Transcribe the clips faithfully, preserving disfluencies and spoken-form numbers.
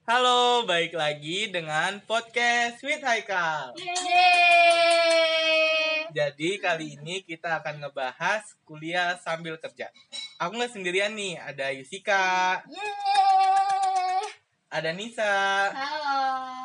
Halo, balik lagi dengan podcast with Haikal. Yeay. Jadi kali ini kita akan ngebahas kuliah sambil kerja. Aku nggak sendirian nih, ada Yusika, Yeay. ada Nisa. Halo.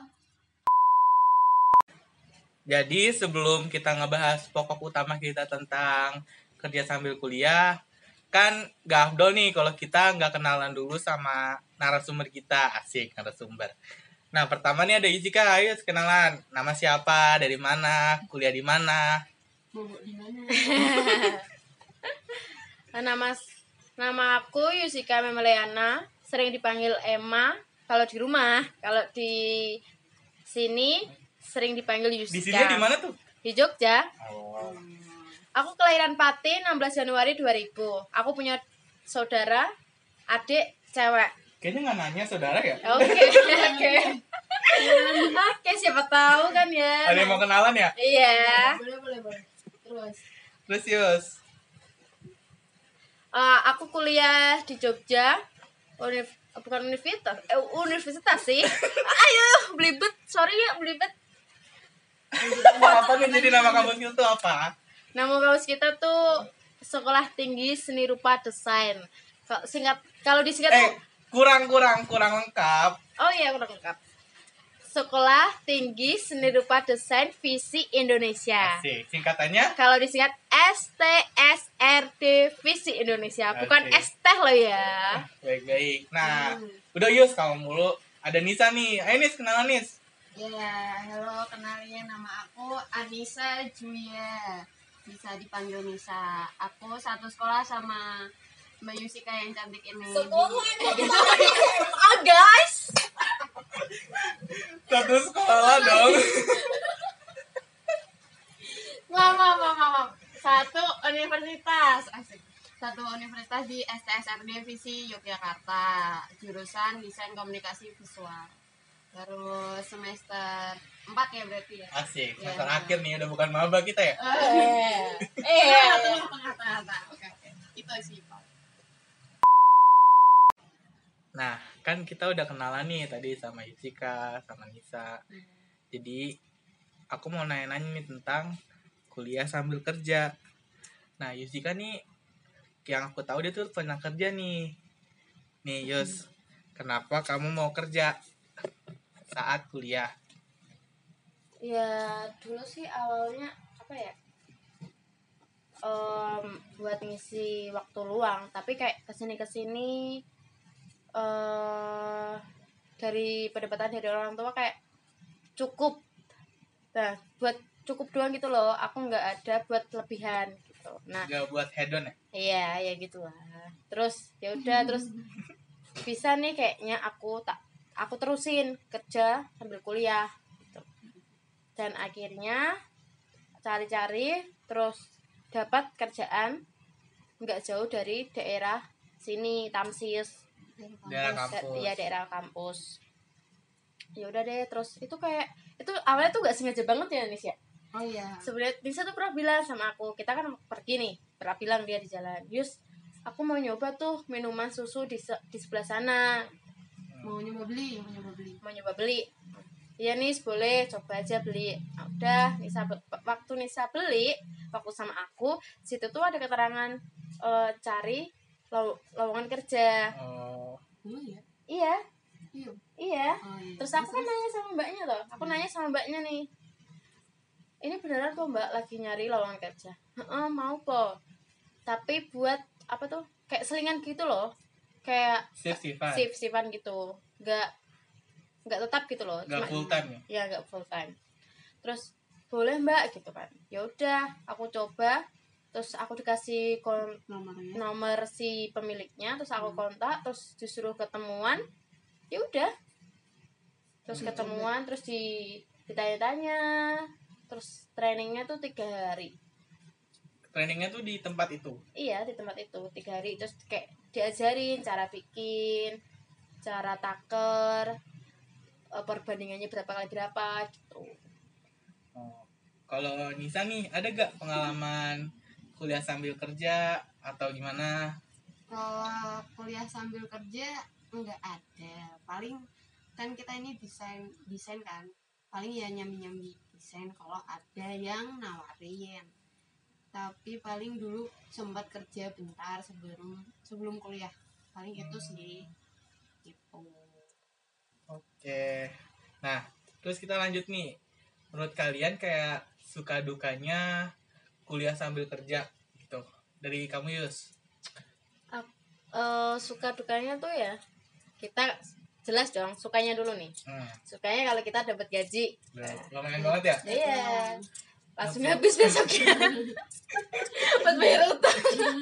Jadi sebelum kita ngebahas pokok utama kita tentang kerja sambil kuliah, kan gak afdol nih kalau kita nggak kenalan dulu sama narasumber kita. Asik, narasumber. Nah, pertama nih ada Yusika, ayo kenalan. Nama siapa, dari mana, kuliah di mana? Bobok di mana? nama nama aku Yusika Memeleana, sering dipanggil Emma kalau di rumah. Kalau di sini sering dipanggil Yusika. Di sini di mana tuh? Di Jogja. Oh. Aku kelahiran Pati enam belas Januari dua ribu. Aku punya saudara, adik, cewek. Kayaknya nggak nanya saudara ya? Oke, oke. Oke, siapa tahu kan ya. Ada yang mau kenalan ya? Iya. Boleh, boleh, boleh. Terus. Terus Yus. Uh, aku kuliah di Jogja. Univ bukan universitas, eh, universitas sih. Ayo, belibet. Sorry ya, belibet. Apa nih jadi nama kampus itu apa? Nama kampus kita tuh Sekolah Tinggi Seni Rupa Desain. Kalau singkat, kalau disingkat Eh, tuh, kurang kurang kurang lengkap. oh iya, udah lengkap. Sekolah Tinggi Seni Rupa Desain Visi Indonesia. Asik. Singkatannya? Kalau disingkat S T S R D Visi Indonesia, bukan Oke. S teh lo ya. Baik-baik. Nah, udah Yus, kamu mulu. Ada Nisa nih. Ayo Nis, kenalan Nis. Ya, halo, kenalin nama aku Anissa Julia. Bisa dipanggil Nisa. Aku satu sekolah sama Mbak Yusika yang cantik ini. Ah guys. Satu sekolah dong. Mama, mama, mama. Satu universitas. Asik. Satu universitas di S T S R D Visi Yogyakarta. Jurusan Desain Komunikasi Visual. Terus semester empat ya berarti ya. Asik. Ya. Semester akhir nih, udah bukan maba kita ya? Eh, Iya. tengah-tengah. Oke, oke. Itu sih, Pak. Nah, kan kita udah kenalan nih tadi sama Yusika, sama Nisa. Jadi, aku mau nanya-nanya nih tentang kuliah sambil kerja. Nah, Yusika nih, yang aku tahu dia tuh pernah kerja nih. Nih, Yus, kenapa kamu mau kerja saat kuliah? Ya dulu sih awalnya apa ya? Em, buat ngisi waktu luang, tapi kayak kesini kesini eh dari pendapatan dari orang tua kayak cukup. Nah, buat cukup doang gitu loh. Aku nggak ada buat lebihan gitu. Nah, Gak buat hedon ya? iya ya gitu lah. Terus ya udah terus bisa nih kayaknya aku tak aku terusin kerja sambil kuliah gitu. Dan akhirnya cari-cari terus dapat kerjaan nggak jauh dari daerah sini Tamsis. Daerah Da- kampus. Iya, daerah kampus. Ya udah deh, terus itu kayak itu awalnya tuh nggak sengaja banget ya Nis ya. Oh iya. Sebenarnya Nisa tuh pernah bilang sama aku, kita kan pergi nih, pernah bilang dia di jalan, Yus, aku mau nyoba tuh minuman susu di se- di sebelah sana, Mau nyoba beli, mau nyoba beli. mau nyoba beli. Iya Nis, boleh, coba aja beli. Nah, udah, Nisa be- waktu Nisa beli, waktu sama aku, situ tuh ada keterangan eh, cari law- lowongan kerja. Oh, Oh iya. Iya, Iya. iya. Oh iya. Terus aku kan nanya sama mbaknya loh, aku nanya sama mbaknya nih, ini beneran kok mbak lagi nyari lowongan kerja? Heeh, mau kok. Tapi buat apa tuh? Kayak selingan gitu loh, kayak shift-shiftan. shift-shiftan gitu, nggak nggak tetap gitu loh. Gak Cuma- full time ya? Ya nggak full time. Terus boleh mbak gitu kan? Ya udah, aku coba. Terus aku dikasih kon- Nomornya. nomor si pemiliknya, terus aku Hmm. kontak, terus disuruh ketemuan. Ya udah, terus Hmm, ketemuan, terus di ditanya-tanya, terus trainingnya tuh tiga hari. Trainingnya tuh di tempat itu. Iya, di tempat itu tiga hari, terus kayak diajarin cara bikin, cara taker, eh, perbandingannya berapa kali berapa gitu. Oh. Kalau Nisa nih, ada gak pengalaman kuliah sambil kerja atau gimana? Kalau kuliah sambil kerja nggak ada. Paling kan kita ini desain desain kan, paling ya nyambi-nyambi desain kalau ada yang nawarin. Tapi paling dulu sempat kerja bentar sebelum sebelum kuliah, paling itu sih gitu. Oke. Nah, terus kita lanjut nih. Menurut kalian kayak suka dukanya kuliah sambil kerja gitu. Dari kamu Yus. Eh, suka dukanya tuh ya kita jelas dong, sukanya dulu nih. Hmm. Sukanya kalau kita dapat gaji. Lumayan banget ya? Iya. Langsung habis besoknya. Buat bayar utang.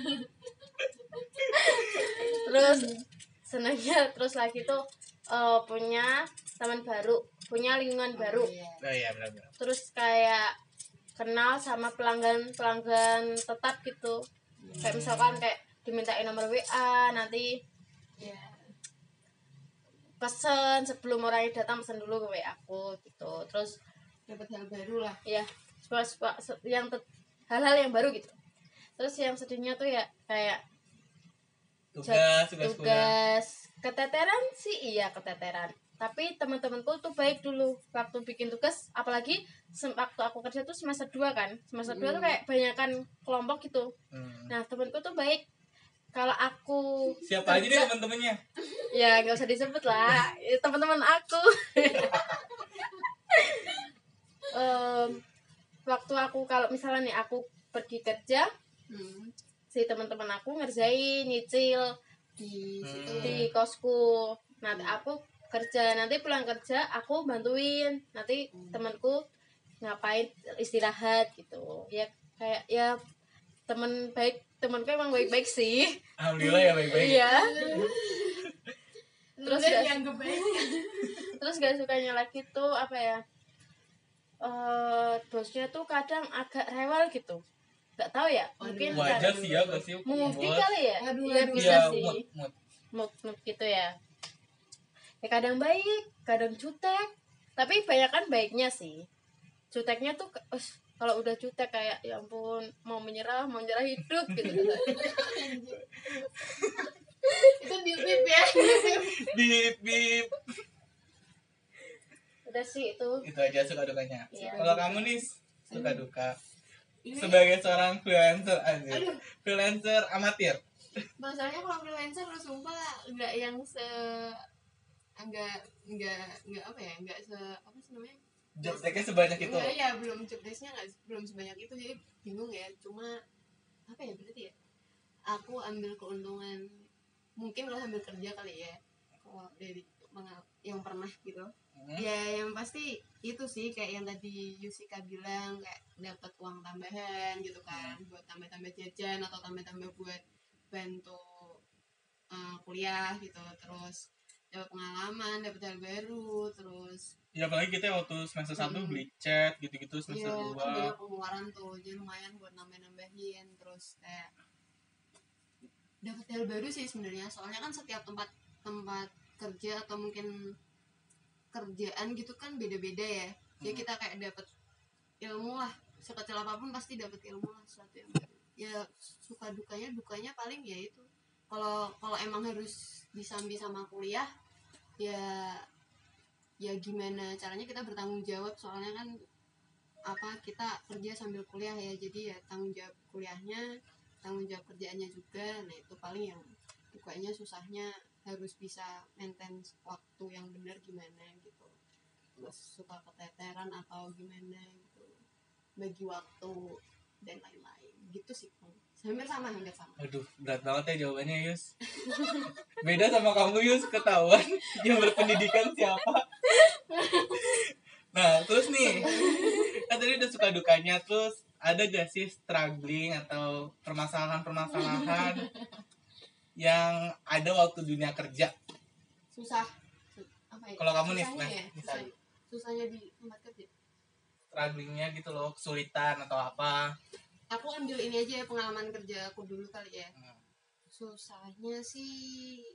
Terus senangnya terus lagi tuh eh, punya teman baru, punya lingkungan baru. Oh, iya. Oh iya benar-benar. Terus kayak kenal sama pelanggan-pelanggan tetap gitu. Kayak misalkan kayak dimintain nomor W A, nanti Ya. pesen sebelum orangnya datang, pesen dulu ke W A aku gitu. Terus Dapat hal baru lah. ya suka, suka, yang tet- hal-hal yang baru gitu. Terus yang sedihnya tuh ya kayak Tugas, tugas, kuliah. tugas keteteran sih, iya keteteran. Tapi teman-temanku tuh baik dulu waktu bikin tugas, apalagi sem- waktu aku kerja tuh semester dua kan. Semester dua tuh kayak banyakan kelompok gitu. Hmm. Nah, temanku tuh baik. Kalau aku Siapa aja nih kerja- teman-temannya? ya nggak usah disebut lah. Ya, teman-teman aku. Em, waktu aku kalau misalnya nih aku pergi kerja, Hmm. si teman-teman aku ngerjain nyicil Di Hmm. situ di kosku. Nanti aku kerja, nanti pulang kerja aku bantuin, nanti temanku ngapain istirahat gitu ya. Kayak ya teman baik, temanku emang baik-baik sih. Alhamdulillah ya baik-baik. Iya. terus Terus gak- yang baik. Terus gak sukanya lagi tuh apa ya, eh bosnya tuh kadang agak rewel gitu, nggak tahu ya, mungkin Wajar karena- sih ya pasti. mungkin Bos. kali ya. Aduh, Ya aduh. bisa Iya, sih, mood, mood. mood mood gitu ya. Ya kadang baik, kadang jutek, tapi banyak kan baiknya sih. Juteknya tuh ke- us, kalau udah jutek kayak ya ampun, mau menyerah, mau menyerah hidup gitu. Itu di pip ya. Bip bip. Udah sih itu. Itu aja suka dukanya. Iya. Kalau kamu nih suka duka Ini sebagai seorang freelancer aja. Aduh. Freelancer amatir. masalahnya kalau freelancer lu sumpah nggak yang se enggak enggak enggak apa ya enggak se apa sih namanya Job tag-nya sebanyak itu. enggak ya belum job desk-nya nggak belum sebanyak itu, jadi bingung ya. Cuma apa ya berarti ya, aku ambil keuntungan mungkin kalau sambil kerja kali ya, kalau dari mengal- yang pernah gitu. Hmm. Ya yang pasti itu sih kayak yang tadi Yusika bilang, kayak dapat uang tambahan gitu kan, buat tambah-tambah jajan atau tambah-tambah buat bantu uh, kuliah gitu. Terus dapat pengalaman, dapat hal baru. Terus Ya apalagi kita waktu semester satu Mm-mm. beli cat gitu-gitu, semester iya kan dua. banyak pengeluaran tuh, jadi lumayan buat nambah-nambahin. Terus kayak dapat hal baru sih sebenarnya, soalnya kan setiap tempat tempat kerja atau mungkin kerjaan gitu kan beda-beda ya. Jadi Hmm. kita kayak dapat ilmu lah, sekecil apapun pasti dapat ilmu lah, sesuatu yang baru. Ya suka dukanya dukanya paling ya itu, kalau kalau emang harus disambi sama kuliah ya ya gimana caranya kita bertanggung jawab, soalnya kan apa kita kerja sambil kuliah ya, jadi ya tanggung jawab kuliahnya, tanggung jawab kerjaannya juga. Nah itu paling yang dukanya, susahnya harus bisa maintain waktu yang benar gimana gitu. Terus suka keteteran atau gimana gitu, bagi waktu dan lain-lain gitu sih. Hampir sama, hampir sama. Aduh, berat banget ya jawabannya Yus. Beda sama kamu Yus, ketahuan yang berpendidikan siapa. Nah, terus nih, kan tadi udah suka dukanya, terus ada gak sih struggling atau permasalahan-permasalahan yang ada waktu dunia kerja? Susah. Su- Apa ya? Kalau kamu nih, Susahnya nah, ya, misalnya. susah- susahnya di tempat kerja. Strugglingnya gitu loh, kesulitan atau apa? Aku ambil ini aja ya, pengalaman kerja aku dulu kali ya. Hmm. Susahnya sih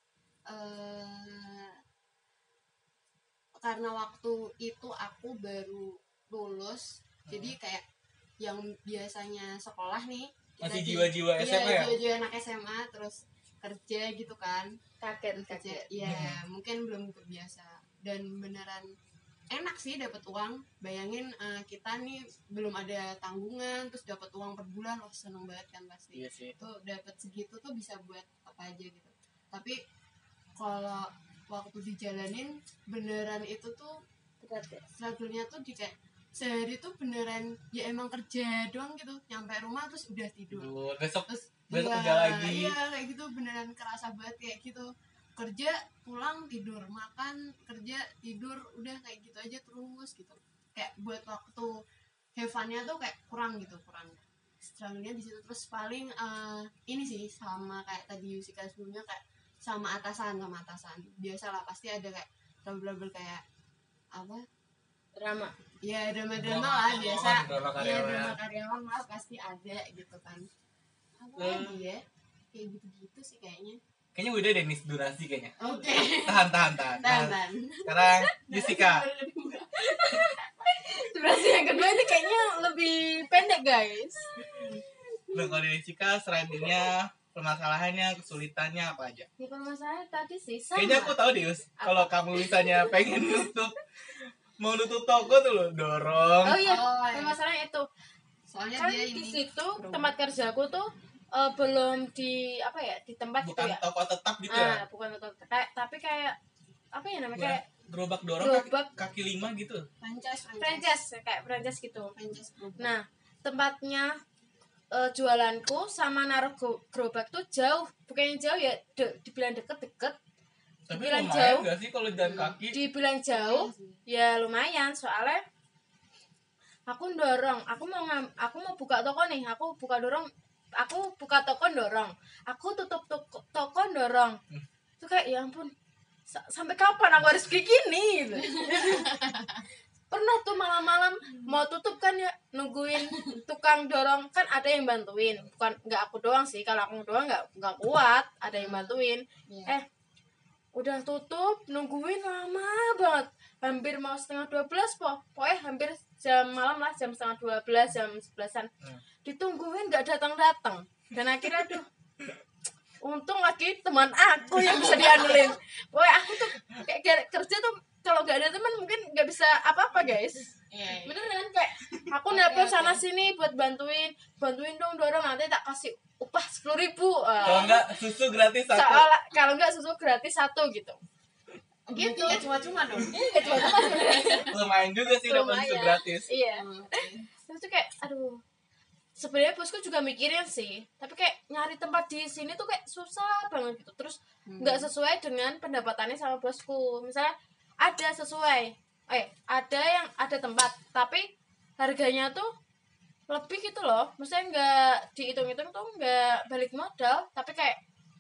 eh karena waktu itu aku baru lulus, jadi kayak yang biasanya sekolah nih kita Masih di- jiwa-jiwa S M A iya, ya? jiwa-jiwa anak S M A, terus kerja gitu kan. Kaget Kerja kaget. ya mungkin belum terbiasa dan beneran enak sih dapat uang. Bayangin uh, kita nih belum ada tanggungan terus dapat uang per bulan, wah seneng banget kan pasti. Iya sih. Tuh dapat segitu tuh bisa buat apa aja gitu. Tapi kalau waktu dijalanin beneran itu tuh berat ya. struggle-nya tuh di kayak sehari tuh beneran ya emang kerja doang gitu, nyampe rumah terus udah tidur. Tidur. Besok Terus besok iya, kerja lagi. iya kayak gitu beneran kerasa banget kayak gitu. Kerja pulang tidur, makan kerja tidur, udah kayak gitu aja terus gitu. Kayak buat waktu have fun-nya tuh kayak kurang gitu, kurang struggle-nya di situ. Terus paling uh, ini sih sama kayak tadi Yusika sebelumnya, kayak sama atasan sama atasan biasalah pasti ada kayak trouble-trouble kayak apa Drama. ya drama-drama Drama lah karyawan, biasa. drama Iya karyawan. drama karyawan lah pasti ada gitu kan. Apa Hmm. lagi ya kayak gitu-gitu sih kayaknya. Kayaknya udah deh nih durasi kayaknya. Oke. Tahan tahan tahan. Dan Nah, dan. sekarang Jessica. Durasi yang kedua ini kayaknya lebih pendek guys. Nah, kalau dari Jessica strateginya, permasalahannya, kesulitannya apa aja? Ya permasalahan tadi sih sama. Kayaknya aku tahu deh, Yus. Kalau kamu misalnya pengen nutup mau nutup toko tuh lo dorong. Oh iya, Oh, iya. permasalahannya itu Soalnya kan dia di ini situ tempat kerjaku tuh eh, belum di apa ya di tempat gitu Bukan ya. toko tetap gitu Ah, ya. bukan betul. Kayak tapi kayak apa ya namanya Bukan kayak gerobak dorong kaki, gerobak kaki lima gitu. franchise franchise kayak franchise gitu. franchise group. Nah, tempatnya eh, jualanku sama naruh gro- gerobak tuh jauh. Bukannya jauh ya, de- dibilang deket-deket. Tapi Dibilang lumayan jauh. gak sih kalau jalan kaki? Dibilang jauh, ya lumayan soalnya aku dorong, aku mau ngam, aku mau buka toko nih, aku buka dorong, aku buka toko dorong, aku tutup toko, toko dorong. Hmm. Itu kayak ya ampun, sa- sampai kapan aku harus kayak gini gitu. Pernah tuh malam-malam mau tutup kan ya, nungguin tukang dorong, kan ada yang bantuin, bukan nggak aku doang sih, kalau aku doang nggak nggak kuat, ada yang bantuin. Iya. Eh udah tutup, nungguin lama banget, hampir mau setengah dua belas po, pokoknya hampir jam malam lah, jam setengah dua belas, jam sebelasan, Hmm. ditungguin nggak datang datang, dan akhirnya aduh, untung lagi teman aku yang bisa diandelin. Pokoknya aku tuh kayak, kayak kerja tuh kalau nggak ada teman mungkin nggak bisa apa-apa guys. Iya, iya. Beneran kayak aku nelpon sana sini buat bantuin, bantuin dong dorong, nanti tak kasih upah sepuluh ribu. Kalau enggak susu gratis satu. Soalnya kalau nggak susu gratis satu gitu. Gitu ya cuma-cuma dong. Iya cuma-cuma sebenarnya. Lumayan juga sih dapat susu Lumayan. gratis. Iya. Oh, oke. Terus tuh kayak aduh. Sebenarnya bosku juga mikirin sih, tapi kayak nyari tempat di sini tuh kayak susah banget gitu. Terus Hmm. nggak sesuai dengan pendapatannya sama bosku. Misalnya ada sesuai, eh ada yang ada tempat, tapi harganya tuh lebih gitu loh. Maksudnya nggak dihitung-hitung tuh nggak balik modal, tapi kayak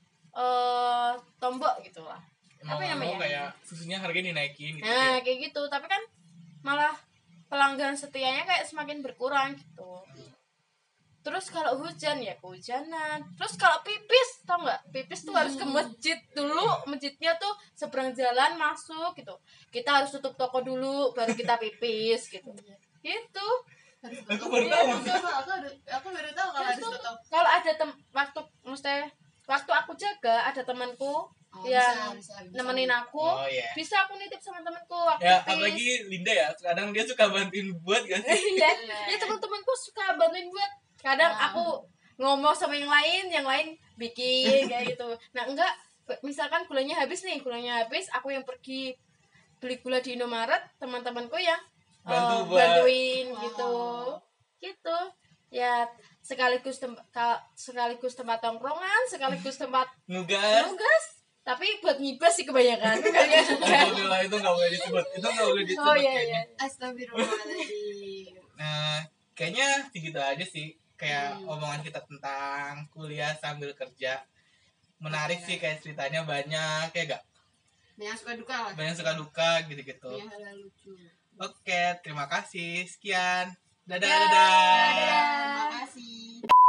eh tombok gitu lah. Mau Apa nggak namanya? mau kayak susunya harganya dinaikin gitu. Nah kayak gitu, tapi kan malah pelanggan setianya kayak semakin berkurang gitu. Terus kalau hujan ya kehujanan. Terus kalau pipis, tau nggak? Pipis tuh harus ke masjid dulu. Masjidnya tuh seberang jalan masuk gitu. Kita harus tutup toko dulu, baru kita pipis gitu. Gitu. Harus Aku tutup. baru Iya, tahu. harus tutup. Aku ada- aku baru tahu kalau Terus harus tuh, tutup. kalau ada tem waktu maksudnya waktu aku jaga ada temanku Oh, yang bisa, bisa, bisa. nemenin aku, Oh iya. bisa aku nitip sama temanku waktu Ya pipis. apalagi Linda ya, kadang dia suka bantuin buat gak sih? Iya, ya teman-temanku suka bantuin buat. Kadang Ah. aku ngomong sama yang lain, yang lain bikin kayak gitu. Nah enggak, misalkan gulanya habis nih, gulanya habis, aku yang pergi beli gula di Indomaret, teman-temanku yang eh, Bantu buat- bantuin Wow. gitu, gitu. Ya sekaligus tem ka- sekaligus tempat tongkrongan, sekaligus tempat Nugas. nugas. Tapi buat ngibas sih kebanyakan. Bukan ya? Alhamdulillah itu gak boleh disebut. Itu gak boleh disebut Oh iya kayaknya. iya. Astagfirullahaladzim. Nah, kayaknya segitu aja sih. Kayak Hmm. omongan kita tentang kuliah sambil kerja. Menarik Oke. sih, kayak ceritanya banyak, kayak gak? Banyak suka duka lah. Banyak suka duka gitu-gitu. Banyak hal lucu. Oke, terima kasih. Sekian. Dadah, Dadah. dadah. Dadah. Terima kasih.